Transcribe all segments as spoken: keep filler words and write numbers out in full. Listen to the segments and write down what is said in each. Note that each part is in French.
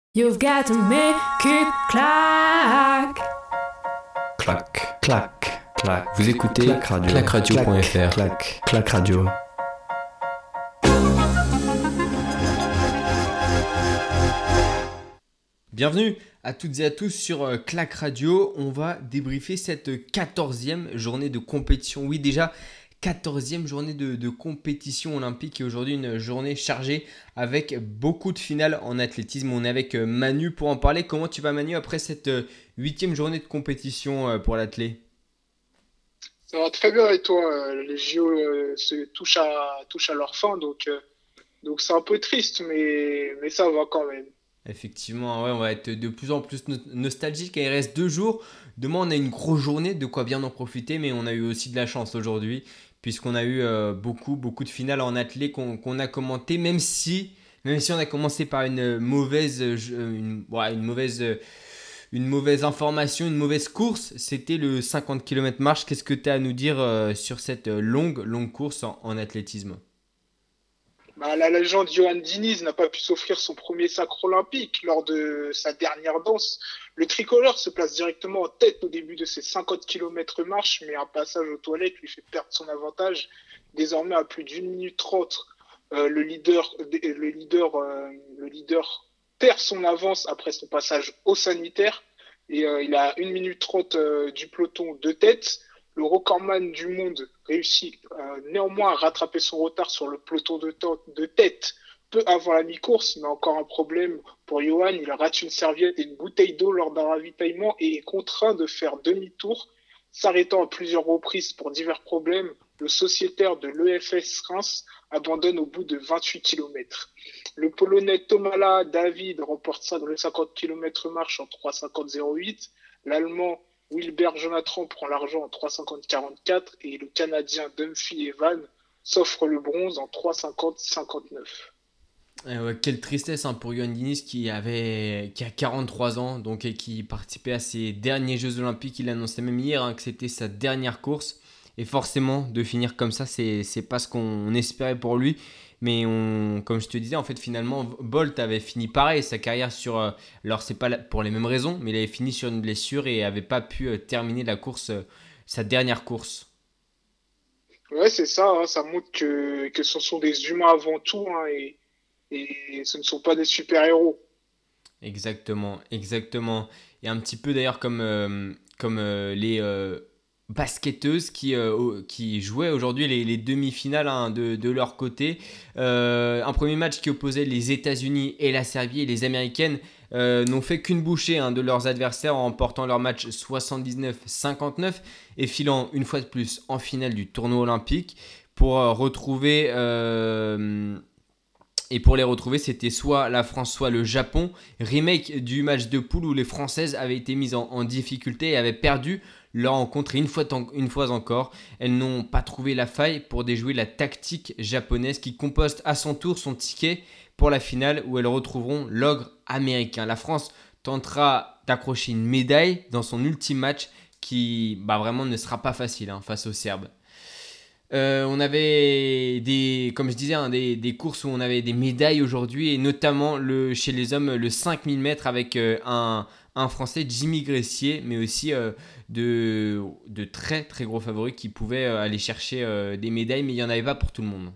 You've got to make it clack. Clac, Clac, clac. vous écoutez Clac Radio. clac radio point f r. Clac, clac radio. Bienvenue à toutes et à tous sur euh, Clac Radio. On va débriefer cette quatorzième journée de compétition. Oui, déjà quatorzième journée de, de compétition olympique et aujourd'hui une journée chargée avec beaucoup de finales en athlétisme. On est avec euh, Manu pour en parler. Comment tu vas, Manu, après cette euh, huitième journée de compétition euh, pour l'athlé? Ça va très bien et toi, euh, les J O euh, se touchent à, touchent à leur fin, donc euh, donc c'est un peu triste, mais, mais ça va quand même. Effectivement, ouais, on va être de plus en plus no- nostalgique. Il reste deux jours. Demain, on a une grosse journée, de quoi bien en profiter, mais on a eu aussi de la chance aujourd'hui, puisqu'on a eu euh, beaucoup, beaucoup de finales en athlée qu'on qu'on a commenté, même si, même si on a commencé par une mauvaise, euh, je- euh, une, ouais, une mauvaise, euh, une mauvaise information, une mauvaise course. C'était le cinquante kilomètres marche. Qu'est-ce que tu as à nous dire euh, sur cette euh, longue, longue course en, en athlétisme? Bah, la légende Johan Diniz n'a pas pu s'offrir son premier sacre olympique lors de sa dernière danse. Le tricolore se place directement en tête au début de ses cinquante kilomètres marche, mais un passage aux toilettes lui fait perdre son avantage, désormais à plus d'une minute trente. Euh, le leader, le leader, euh, le leader perd son avance après son passage au sanitaire et euh, il a une minute trente euh, du peloton de tête. Le recordman du monde réussit euh, néanmoins à rattraper son retard sur le peloton de, to- de tête peu avant la mi-course, mais encore un problème pour Johan. Il rate une serviette et une bouteille d'eau lors d'un ravitaillement et est contraint de faire demi-tour, s'arrêtant à plusieurs reprises pour divers problèmes. Le sociétaire de l'E F S Reims abandonne au bout de vingt-huit kilomètres. Le Polonais Tomala David remporte ça dans le cinquante kilomètres marche en trois cinquante zéro huit. L'Allemand Wilbert Jonathan prend l'argent en trois cinquante quarante-quatre et le Canadien Dumphy Evan s'offre le bronze en trois cinquante cinquante-neuf. Euh, ouais, quelle tristesse hein, pour Yoann Diniz qui, avait, qui a quarante-trois ans donc, et qui participait à ses derniers Jeux Olympiques. Il annonçait même hier hein, que c'était sa dernière course. Et forcément, de finir comme ça, c'est, c'est pas ce qu'on espérait pour lui. Mais on, comme je te disais, en fait, finalement, Bolt avait fini pareil sa carrière sur. Euh, alors, c'est pas la- pour les mêmes raisons, mais il avait fini sur une blessure et avait pas pu euh, terminer la course, euh, sa dernière course. Ouais, c'est ça, hein, ça montre que, que ce sont des humains avant tout hein, et, et ce ne sont pas des super-héros. Exactement, exactement. Et un petit peu d'ailleurs comme, euh, comme euh, les euh, basketteuses qui, euh, au- qui jouaient aujourd'hui les, les demi-finales hein, de, de leur côté. Euh, un premier match qui opposait les États-Unis et la Serbie et les Américaines euh, n'ont fait qu'une bouchée hein, de leurs adversaires en remportant leur match soixante-dix-neuf cinquante-neuf et filant une fois de plus en finale du tournoi olympique pour euh, retrouver... euh, et pour les retrouver, c'était soit la France, soit le Japon. Remake du match de poule où les Françaises avaient été mises en, en difficulté et avaient perdu leur rencontre. Et une fois, une fois encore, elles n'ont pas trouvé la faille pour déjouer la tactique japonaise qui composte à son tour son ticket pour la finale où elles retrouveront l'ogre américain. La France tentera d'accrocher une médaille dans son ultime match qui bah, vraiment ne sera pas facile hein, face aux Serbes. Euh, on avait des, comme je disais, hein, des, des courses où on avait des médailles aujourd'hui et notamment le, chez les hommes le cinq mille mètres avec euh, un, un Français, Jimmy Gressier, mais aussi euh, de, de très très gros favoris qui pouvaient euh, aller chercher euh, des médailles, mais il n'y en avait pas pour tout le monde.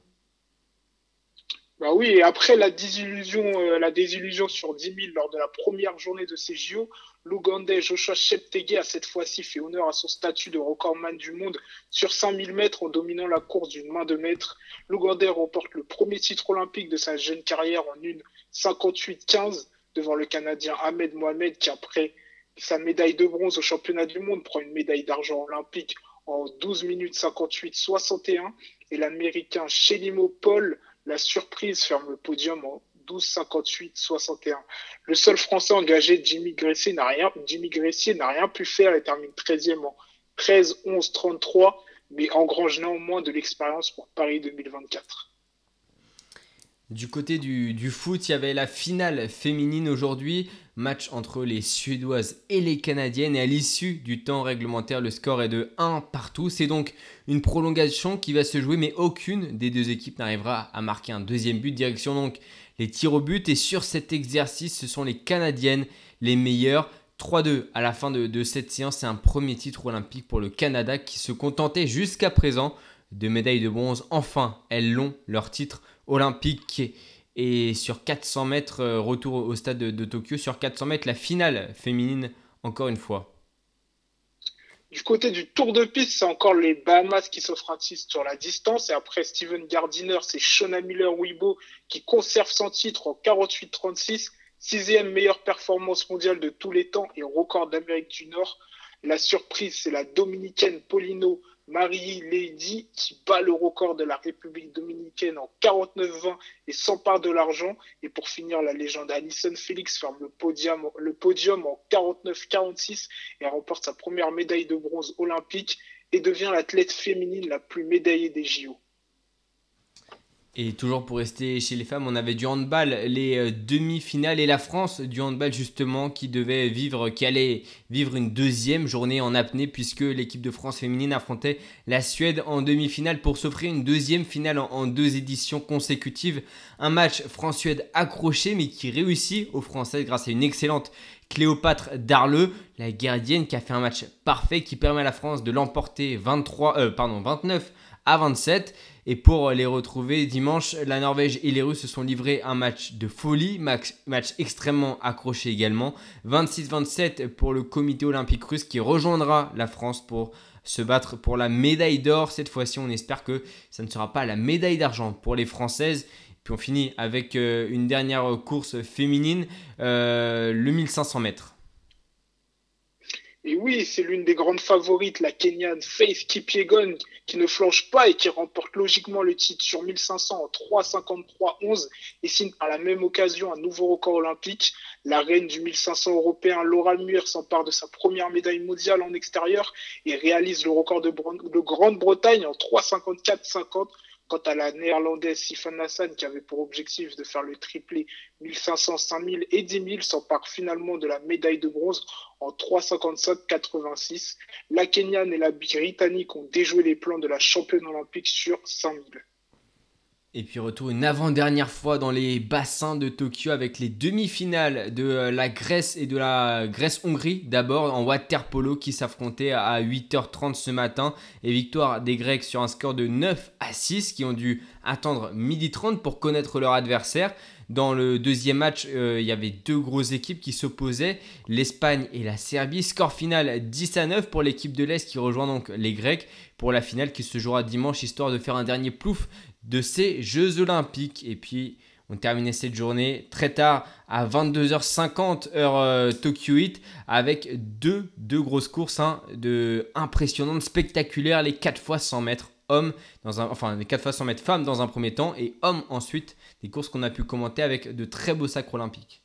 Bah oui, et après la désillusion, euh, la désillusion sur dix mille lors de la première journée de ces J O, l'Ougandais Joshua Cheptegei a cette fois-ci fait honneur à son statut de recordman du monde sur cinq mille mètres en dominant la course d'une main de maître. L'Ougandais remporte le premier titre olympique de sa jeune carrière en une cinquante-huit quinze devant le Canadien Ahmed Mohamed qui, après sa médaille de bronze au championnat du monde, prend une médaille d'argent olympique en douze minutes cinquante-huit soixante et un et l'Américain Shelimo Paul, la surprise, ferme le podium en douze cinquante-huit soixante et un. Le seul Français engagé, Jimmy Gressier, n'a rien, Jimmy Gressier n'a rien pu faire et termine treizième en treize onze trente-trois, mais engrange néanmoins de l'expérience pour Paris deux mille vingt-quatre. Du côté du, du foot, il y avait la finale féminine aujourd'hui, match entre les Suédoises et les Canadiennes. Et à l'issue du temps réglementaire, le score est de un partout. C'est donc une prolongation qui va se jouer, mais aucune des deux équipes n'arrivera à marquer un deuxième but. Direction donc les tirs au but. Et sur cet exercice, ce sont les Canadiennes les meilleures. trois deux à la fin de, de cette séance. C'est un premier titre olympique pour le Canada qui se contentait jusqu'à présent de médailles de bronze. Enfin, elles l'ont, leur titre olympique. Et sur quatre cents mètres, euh, retour au stade de, de Tokyo, sur quatre cents mètres, la finale féminine, encore une fois. Du côté du Tour de piste, c'est encore les Bahamas qui s'offrent un titre sur la distance. Et après Steven Gardiner, c'est Shona Miller-Uibo qui conserve son titre en quarante-huit trente-six. Sixième meilleure performance mondiale de tous les temps et record d'Amérique du Nord. La surprise, c'est la Dominicaine Paulino Marie Lady qui bat le record de la République dominicaine en quarante-neuf vingt et s'empare de l'argent. Et pour finir, la légende Allyson Felix ferme le podium, le podium en quarante-neuf quarante-six et remporte sa première médaille de bronze olympique et devient l'athlète féminine la plus médaillée des J O. Et toujours pour rester chez les femmes, on avait du handball, les demi-finales et la France du handball justement qui devait vivre, qui allait vivre une deuxième journée en apnée puisque l'équipe de France féminine affrontait la Suède en demi-finale pour s'offrir une deuxième finale en, en deux éditions consécutives. Un match France-Suède accroché mais qui réussit aux Françaises grâce à une excellente Cléopâtre Darleux, la gardienne qui a fait un match parfait qui permet à la France de l'emporter vingt-trois, euh, pardon, vingt-neuf à vingt-sept. Et pour les retrouver dimanche, la Norvège et les Russes se sont livrés un match de folie, match, match extrêmement accroché également. vingt-six vingt-sept pour le comité olympique russe qui rejoindra la France pour se battre pour la médaille d'or. Cette fois-ci, on espère que ça ne sera pas la médaille d'argent pour les Françaises. Puis on finit avec euh, une dernière course féminine, euh, le mille cinq cents mètres. Et oui, c'est l'une des grandes favorites, la Kenyane Faith Kipyegon, qui ne flanche pas et qui remporte logiquement le titre sur mille cinq cents en trois cinquante-trois onze et signe par la même occasion un nouveau record olympique. La reine du mille cinq cents européen, Laura Muir, s'empare de sa première médaille mondiale en extérieur et réalise le record de, de Grande-Bretagne en trois cinquante-quatre cinquante. Quant à la néerlandaise Sifan Hassan, qui avait pour objectif de faire le triplé mille cinq cents, cinq mille et dix mille, s'empare finalement de la médaille de bronze en trois cinquante-cinq quatre-vingt-six. La Kenyane et la Britannique ont déjoué les plans de la championne olympique sur cinq mille. Et puis retour une avant-dernière fois dans les bassins de Tokyo avec les demi-finales de la Grèce et de la Grèce-Hongrie. D'abord en water-polo qui s'affrontaient à huit heures trente ce matin. Et victoire des Grecs sur un score de neuf à six qui ont dû attendre midi trente pour connaître leur adversaire. Dans le deuxième match, euh, il y avait deux grosses équipes qui s'opposaient, l'Espagne et la Serbie. Score final dix à neuf pour l'équipe de l'Est qui rejoint donc les Grecs pour la finale qui se jouera dimanche histoire de faire un dernier plouf de ces Jeux Olympiques. Et puis on terminait cette journée très tard à vingt-deux heures cinquante heure euh, Tokyo Heat avec deux, deux grosses courses hein, de impressionnantes, spectaculaires, les quatre fois cent mètres hommes, dans un, enfin les quatre fois cent mètres femmes dans un premier temps et hommes ensuite, des courses qu'on a pu commenter avec de très beaux sacres olympiques.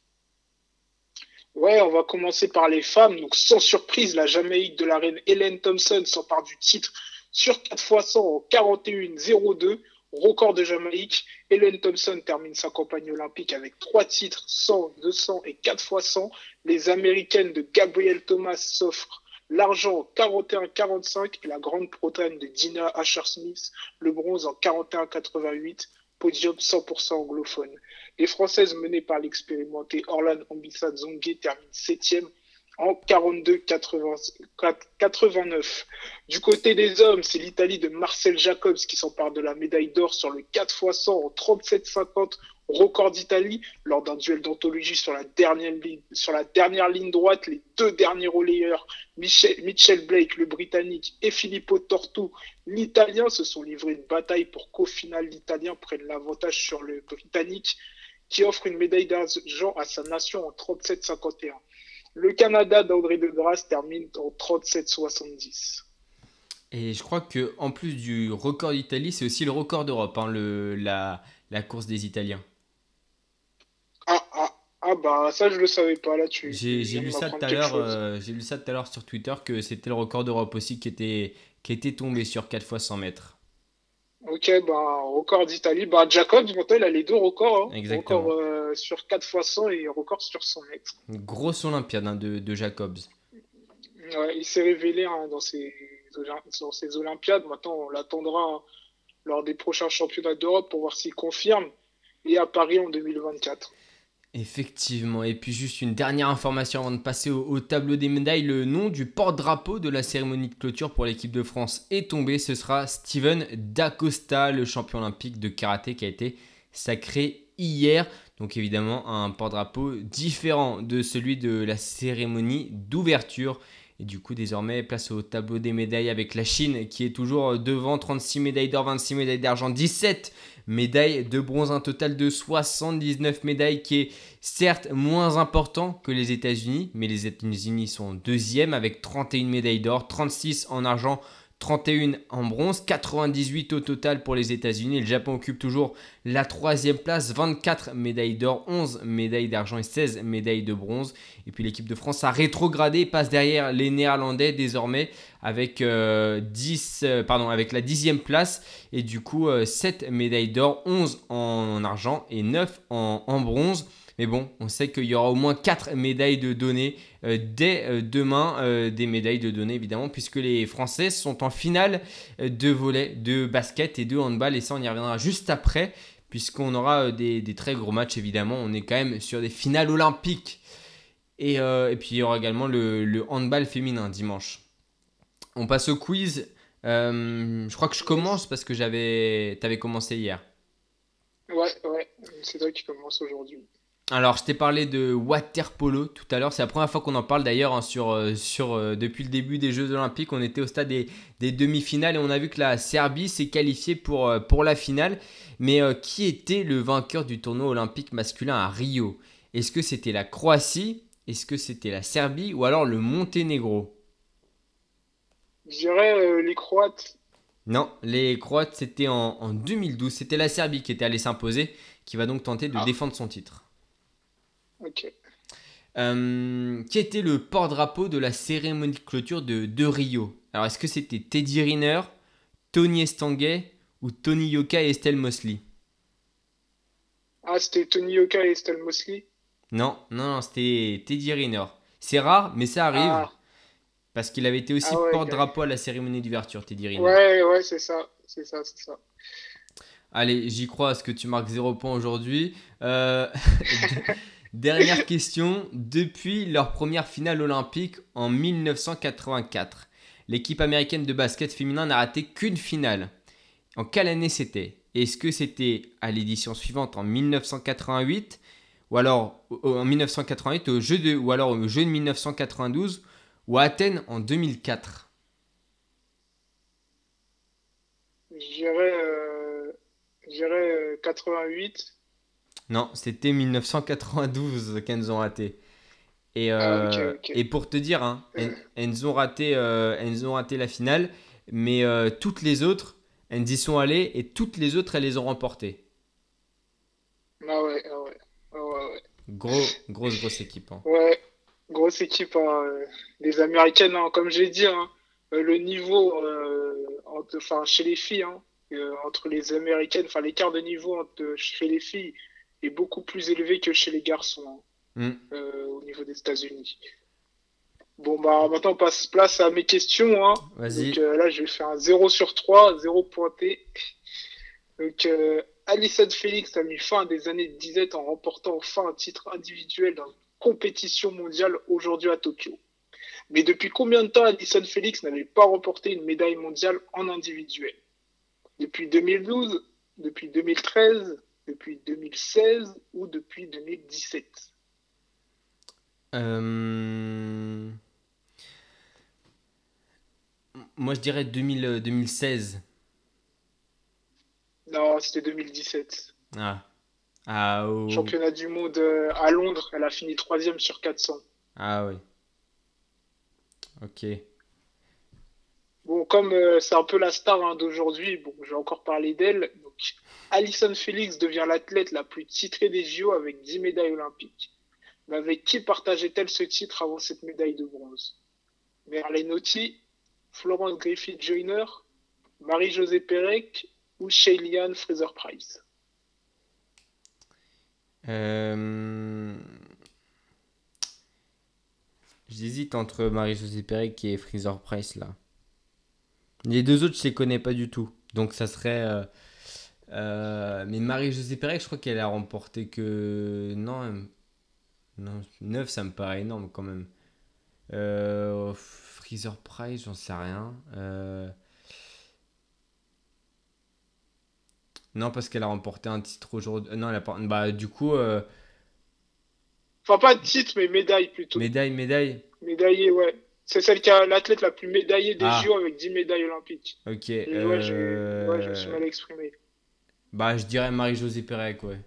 Ouais, on va commencer par les femmes. Donc sans surprise, la Jamaïque de la reine Helen Thompson s'empare du titre sur quatre fois cent en quarante et un zéro deux. Record de Jamaïque, Helen Thompson termine sa campagne olympique avec trois titres, cent, deux cents et quatre fois cent. Les Américaines de Gabrielle Thomas s'offrent l'argent en quarante et un quarante-cinq et la Grande-Bretagne de Dina Asher-Smith le bronze en quarante et un quatre-vingt-huit, podium cent pour cent anglophone. Les Françaises menées par l'expérimenté Orlan Ambissa Zongué terminent septième en quarante-deux quatre-vingt-neuf. Du côté des hommes, c'est l'Italie de Marcel Jacobs qui s'empare de la médaille d'or sur le quatre fois cent en trente-sept cinquante, record d'Italie, lors d'un duel d'anthologie sur la dernière ligne, sur la dernière ligne droite. Les deux derniers relayeurs, Michel, Mitchell Blake, le Britannique, et Filippo Tortu, l'Italien, se sont livrés une bataille pour qu'au final l'Italien prenne l'avantage sur le Britannique, qui offre une médaille d'argent à sa nation en trente-sept cinquante et un. Le Canada d'André Degrasse termine en trente-sept soixante-dix. Et je crois qu'en plus du record d'Italie, c'est aussi le record d'Europe, hein, le, la, la course des Italiens. Ah, ah, ah bah ça je le savais pas là tu J'ai, j'ai, lu ça tout à l'heure, euh, j'ai lu ça tout à l'heure sur Twitter que c'était le record d'Europe aussi qui était, qui était tombé sur quatre fois cent mètres. Ok, bah record d'Italie. Bah Jacobs, maintenant il a les deux records. Hein. Exactement. Record euh, sur quatre fois cent et record sur cent mètres. Une grosse Olympiade hein, de, de Jacobs. Ouais, il s'est révélé hein, dans, ces, dans ces Olympiades. Maintenant on l'attendra hein, lors des prochains championnats d'Europe pour voir s'il confirme. et à Paris en deux mille vingt-quatre. Effectivement. Et puis juste une dernière information avant de passer au, au tableau des médailles. Le nom du porte-drapeau de la cérémonie de clôture pour l'équipe de France est tombé. Ce sera Steven Dacosta, le champion olympique de karaté qui a été sacré hier. Donc évidemment un porte-drapeau différent de celui de la cérémonie d'ouverture. Et du coup désormais place au tableau des médailles avec la Chine qui est toujours devant, trente-six médailles d'or, vingt-six médailles d'argent, dix-sept médailles de bronze, un total de soixante-dix-neuf médailles qui est certes moins important que les États-Unis, mais les États-Unis sont deuxième avec trente et une médailles d'or, trente-six en argent, trente et une en bronze, quatre-vingt-dix-huit au total pour les États-Unis. Le Japon occupe toujours la troisième place, vingt-quatre médailles d'or, onze médailles d'argent et seize médailles de bronze. Et puis l'équipe de France a rétrogradé, passe derrière les Néerlandais désormais avec, euh, dix, euh, pardon, avec la dixième place. Et du coup, euh, sept médailles d'or, onze en argent et neuf en, en bronze. Mais bon, on sait qu'il y aura au moins quatre médailles de données euh, dès euh, demain. Euh, des médailles de données évidemment, puisque les Français sont en finale euh, de volley, de basket et de handball. Et ça, on y reviendra juste après, puisqu'on aura euh, des, des très gros matchs évidemment. On est quand même sur des finales olympiques. Et, euh, et puis il y aura également le, le handball féminin dimanche. On passe au quiz. Euh, je crois que je commence parce que j'avais, t'avais commencé hier. Ouais, ouais, c'est toi qui commence aujourd'hui. Alors, je t'ai parlé de water polo tout à l'heure. C'est la première fois qu'on en parle d'ailleurs hein, sur, euh, sur, euh, depuis le début des Jeux Olympiques. On était au stade des, des demi-finales et on a vu que la Serbie s'est qualifiée pour, euh, pour la finale. Mais euh, qui était le vainqueur du tournoi olympique masculin à Rio? Est-ce que c'était la Croatie? Est-ce que c'était la Serbie? Ou alors le Monténégro? Je dirais euh, les Croates. Non, les Croates, c'était en, en deux mille douze. C'était la Serbie qui était allée s'imposer, qui va donc tenter de Ah, défendre son titre. ok. Euh, qui était le porte-drapeau de la cérémonie de clôture de, de Rio? Alors, est-ce que c'était Teddy Riner, Tony Estanguet ou Tony Yoka et Estelle Mosley? Ah, c'était Tony Yoka et Estelle Mosley. Non, non, non, c'était Teddy Riner. C'est rare, mais ça arrive, Ah, parce qu'il avait été aussi ah ouais, ok. porte-drapeau à la cérémonie d'ouverture, Teddy Riner. Ouais, ouais, c'est ça, c'est ça, c'est ça. Allez, j'y crois à ce que tu marques zéro point aujourd'hui. Euh, Dernière question. Depuis leur première finale olympique en mille neuf cent quatre-vingt-quatre, l'équipe américaine de basket féminin n'a raté qu'une finale. En quelle année c'était? Est-ce que c'était à l'édition suivante en mille neuf cent quatre-vingt-huit ou alors en mille neuf cent quatre-vingt-huit au jeu de, ou alors au jeu de mille neuf cent quatre-vingt-douze ou à Athènes en deux mille quatre? Je dirais, euh, je dirais euh, quatre-vingt-huit. Non, c'était mille neuf cent quatre-vingt-douze qu'elles ont raté. Et, Ah, ok, euh, ok. et pour te dire, hein, elles, Euh, elles ont raté, euh, elles ont raté la finale, mais euh, toutes les autres, elles y sont allées et toutes les autres, elles les ont remportées. ah ouais, ah ouais, ah ouais, ouais. Gros, grosse, grosse équipe. Hein. Ouais, grosse équipe, hein, euh, les Américaines, hein, comme j'ai dit, hein, euh, le niveau euh, entre- enfin, chez les filles, hein, euh, entre les Américaines, enfin l'écart de niveau entre, chez les filles est beaucoup plus élevé que chez les garçons, hein, Hmm, euh, au niveau des États-Unis. Bon, bah maintenant on passe place à mes questions, hein. Donc vas-y. euh, là, je vais faire un zéro sur trois, zéro pointé. Donc, euh, Allyson Felix a mis fin à des années de disette en remportant enfin un titre individuel dans une compétition mondiale aujourd'hui à Tokyo. Mais depuis combien de temps Allyson Felix n'avait pas remporté une médaille mondiale en individuel? Depuis deux mille douze, depuis deux mille treize, depuis deux mille seize ou depuis deux mille dix-sept? Euh, Moi, je dirais deux mille, euh, deux mille seize. Non, c'était deux mille dix-sept. Ah, ah, oh. Championnat du monde euh, à Londres, elle a fini troisième sur quatre cents. Ah oui, ok. Bon, comme euh, c'est un peu la star hein, d'aujourd'hui, bon, je vais encore parler d'elle. Donc, Allyson Felix devient l'athlète la plus titrée des J O avec dix médailles olympiques. Mais avec qui partageait-elle ce titre avant cette médaille de bronze? Merlene Ottey, Florence Griffith Joyner, Marie-Josée Pérec ou Shaylian Fraser-Price? Euh, J'hésite entre Marie-Josée Pérec et Freezer Price là. Les deux autres, je les connais pas du tout. Donc ça serait. euh, Euh, mais Marie-Josée Pérec, je crois qu'elle a remporté que. Non, elle- non, neuf, ça me paraît énorme quand même. Euh, Freezer Price, j'en sais rien. Euh, Non, parce qu'elle a remporté un titre aujourd'hui. Euh, Non, elle a pas. Bah, du coup, euh, Enfin, pas de titre, mais médaille plutôt. médaille, médaille. Médaillée, ouais. C'est celle qui a l'athlète la plus médaillée des J O Ah, avec dix médailles olympiques. ok. Et ouais, j'ai, ouais, je me suis euh, mal exprimé. Bah, je dirais Marie-Josée Pérec, ouais.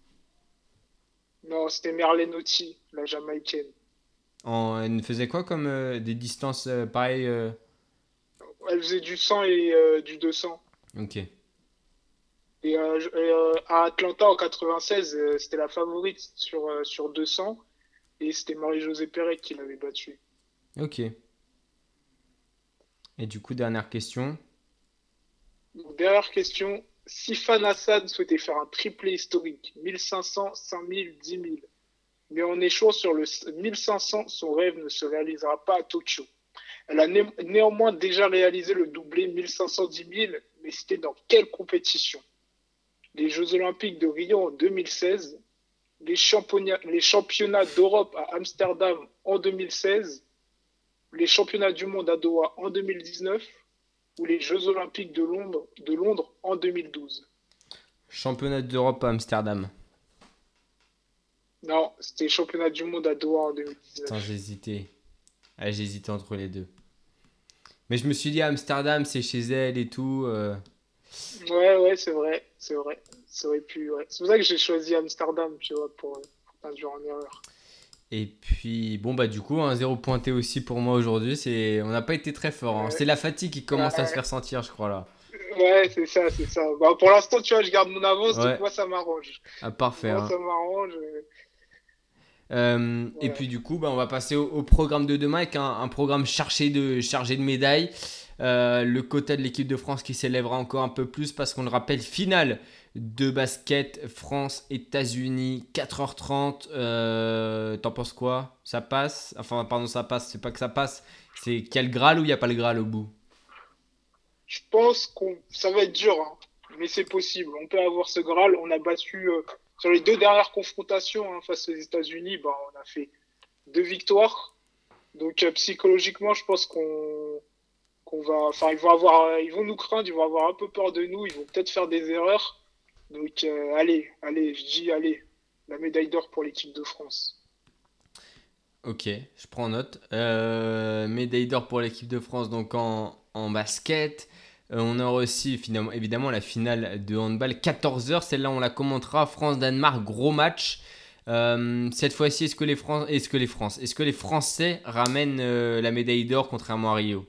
Non, c'était Merlenotti, la Jamaïcaine. En... Elle faisait quoi comme euh, des distances euh, pareilles euh, Elle faisait du cent et euh, du deux cents. Ok. Et, euh, je- et, euh, à Atlanta en quatre-vingt-seize, euh, c'était la favorite sur, euh, sur deux cents. Et c'était Marie-Josée Pérec qui l'avait battue. Ok. Et du coup, dernière question. Donc, dernière question. Sifan Hassan souhaitait faire un triplé historique, mille cinq cents, cinq mille, dix mille. Mais en échouant sur le mille cinq cents, son rêve ne se réalisera pas à Tokyo. Elle a né- néanmoins déjà réalisé le doublé mille cinq cents dix mille, mais c'était dans quelle compétition? Les Jeux Olympiques de Rio en deux mille seize, les championnats, les championnats d'Europe à Amsterdam en deux mille seize, les championnats du monde à Doha en deux mille dix-neuf ou les Jeux Olympiques de Londres, de Londres en deux mille douze. Championnat d'Europe à Amsterdam. Non, c'était les championnats du monde à Doha en Putain, deux mille dix-neuf. j'ai hésité. Ah, j'ai hésité entre les deux. Mais je me suis dit, Amsterdam, c'est chez elle et tout. euh. Ouais, ouais, c'est vrai, c'est vrai. Ça aurait pu, ouais. C'est pour ça que j'ai choisi Amsterdam, tu vois, pour, pour t'induire en erreur. Et puis, bon, bah, du coup, un zéro pointé aussi pour moi aujourd'hui. C'est... On n'a pas été très fort, hein. Ouais, C'est la fatigue qui commence à se ouais, faire sentir, je crois, là. ouais, c'est ça, c'est ça. Bah, pour l'instant, tu vois, je garde mon avance, donc Ouais, moi, ça m'arrange. ah, parfait, Moi, hein. ça m'arrange. euh, Euh, et Voilà. puis du coup, bah, on va passer au, au programme de demain avec un, un programme chargé de, chargé de médailles. Euh, le quota de l'équipe de France qui s'élèvera encore un peu plus parce qu'on le rappelle, finale de basket France-États-Unis, quatre heures trente. Euh, T'en penses quoi? Ça passe? Enfin, pardon, ça passe, c'est pas que ça passe. C'est qu'il y a le Graal ou il n'y a pas le Graal au bout? Je pense qu'on, ça va être dur, hein, mais c'est possible. On peut avoir ce Graal. On a battu euh, sur les deux dernières confrontations hein, face aux États-Unis. Bah, on a fait deux victoires. Donc euh, psychologiquement, je pense qu'on qu'on va, enfin, ils vont avoir, euh, ils vont nous craindre, ils vont avoir un peu peur de nous. Ils vont peut-être faire des erreurs. Donc euh, allez, allez, je dis allez, la médaille d'or pour l'équipe de France. Ok, je prends note. Euh, médaille d'or pour l'équipe de France donc en, en basket. Euh, on aura aussi finalement, évidemment la finale de handball quatorze heures. Celle-là, on la commentera. France-Danemark, gros match. Euh, cette fois-ci, est-ce que les France, est-ce que les France, est-ce que les Français ramènent euh, la médaille d'or contrairement à Rio?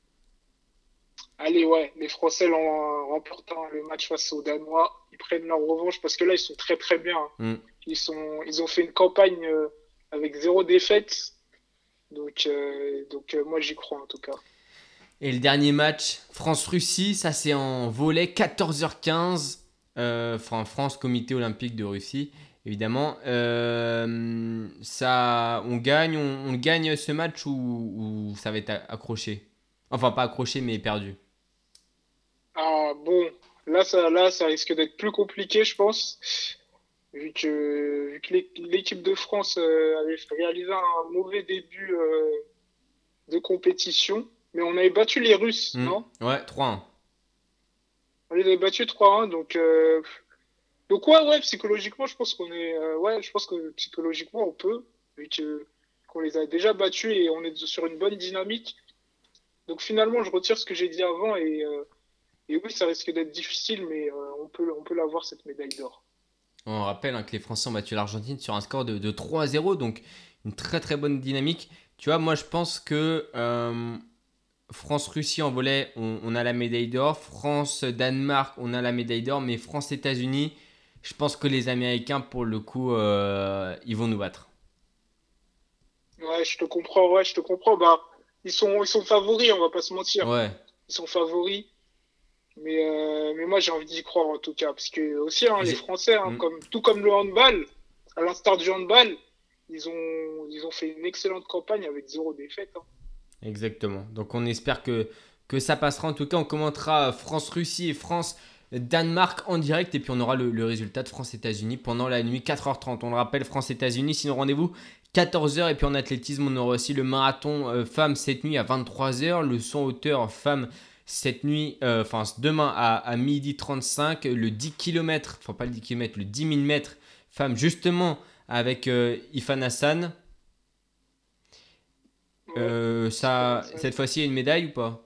Allez, ouais, les Français l'ont remportant le match face aux Danois. Ils prennent leur revanche parce que là, ils sont très très bien. Hein. Hmm. Ils sont, ils ont fait une campagne euh, avec zéro défaite. Donc, euh, donc euh, moi, j'y crois en tout cas. Et le dernier match, France-Russie, ça c'est en volley, quatorze heures quinze. Euh, enfin, France, Comité olympique de Russie, évidemment. Euh, ça, on gagne, on, on gagne ce match ou, ou ça va être accroché? Enfin, pas accroché, mais perdu. Ah bon, là, ça, là, ça risque d'être plus compliqué, je pense, vu que, vu que l'é- l'équipe de France euh, avait réalisé un mauvais début euh, de compétition. Mais on avait battu les Russes, Hmm. non? Ouais, trois un. On les avait battus trois à un, donc euh, Donc ouais, ouais, psychologiquement, je pense qu'on est, euh, ouais, je pense que psychologiquement on peut, vu que qu'on les a déjà battus et on est sur une bonne dynamique. Donc finalement, je retire ce que j'ai dit avant et, euh, et oui, ça risque d'être difficile, mais euh, on peut, on peut l'avoir cette médaille d'or. On rappelle hein, que les Français ont battu l'Argentine sur un score de, de trois à zéro, donc une très très bonne dynamique. Tu vois, moi je pense que euh, France-Russie en volley, on, on a la médaille d'or. France-Danemark, on a la médaille d'or. Mais France-États-Unis, je pense que les Américains, pour le coup, euh, ils vont nous battre. Ouais, je te comprends, ouais, je te comprends. Bah, ils sont, ils sont favoris, on va pas se mentir. Ouais. Ils sont favoris, mais, euh, mais moi j'ai envie d'y croire en tout cas, parce que aussi hein, les J'ai- Français, hein, Mm, comme tout comme le handball, à l'instar du handball, ils ont, ils ont fait une excellente campagne avec zéro défaite. Hein. exactement. Donc on espère que, que ça passera. En tout cas, on commentera France-Russie et France Danemark en direct. Et puis on aura le, le résultat de France-États-Unis pendant la nuit, quatre heures trente. On le rappelle, France-États-Unis. Sinon, rendez-vous quatorze heures. Et puis en athlétisme, on aura aussi le marathon euh, femmes cette nuit à vingt-trois heures. Le saut en hauteur femmes cette nuit, euh, enfin demain à, à midi trente-cinq. Le dix kilomètres, enfin pas le dix kilomètres, le dix mille mètres femmes justement avec euh, Ifan Hassan. Euh, ça, cette fois-ci, il y a une médaille ou pas?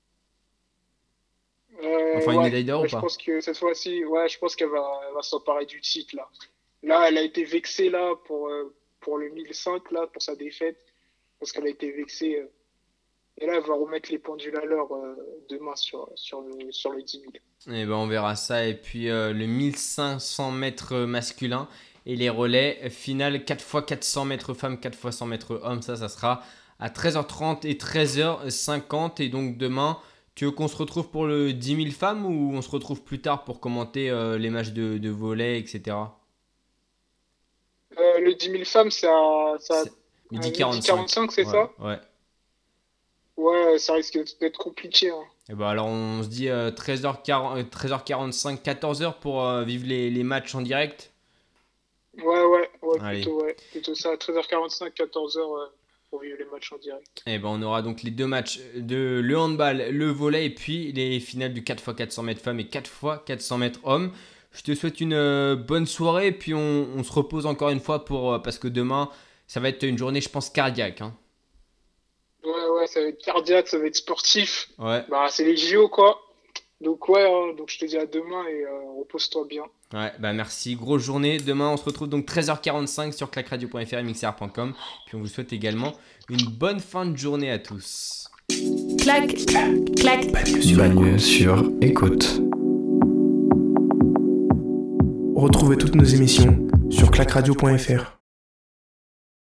Euh, Enfin, une ouais, médaille d'or ouais, ou je pas? pense que cette fois-ci, ouais, je pense qu'elle va, elle va s'emparer du titre là. Là, elle a été vexée là pour, euh, pour le mille cinq là, pour sa défaite, parce qu'elle a été vexée. euh, et là, elle va remettre les pendules à l'heure euh, demain sur, sur le, sur le dix mille. Eh ben, on verra ça. Et puis euh, le mille cinq cents mètres masculin et les relais finale quatre fois quatre cents mètres femmes, quatre fois cent mètres hommes. Ça, ça sera à treize heures trente et treize heures cinquante. Et donc demain, tu veux qu'on se retrouve pour le dix mille femmes ou on se retrouve plus tard pour commenter euh, les matchs de, de volley, et cetera. Euh, le dix mille femmes, c'est à, c'est à- C'est à midi midi quarante-cinq. quarante-cinq, c'est Ouais, ça? ouais. Ouais, ça risque d'être compliqué, hein. Et ben alors on se dit euh, treize heures quarante, euh, treize heures quarante-cinq, quatorze heures pour euh, vivre les, les matchs en direct. Ouais, ouais, ouais, Allez. plutôt, ouais, plutôt ça, treize heures quarante-cinq, quatorze heures euh, pour vivre les matchs en direct. Et ben on aura donc les deux matchs de le handball, le volley et puis les finales du quatre fois quatre cents mètres femmes et quatre fois quatre cents mètres hommes. Je te souhaite une euh, bonne soirée et puis on, on se repose encore une fois pour, euh, parce que demain ça va être une journée je pense cardiaque. Hein. Ouais, ouais, ça va être cardiaque, ça va être sportif. Ouais, Bah, c'est les J O, quoi. Donc, ouais, hein, donc je te dis à demain et euh, repose-toi bien. ouais, bah merci, grosse journée. Demain on se retrouve donc treize heures quarante-cinq sur clac radio point f r et mixer point com. Puis on vous souhaite également une bonne fin de journée à tous. Clac, clac. Bagne sur écoute. Retrouvez toutes nos émissions sur clac radio point f r.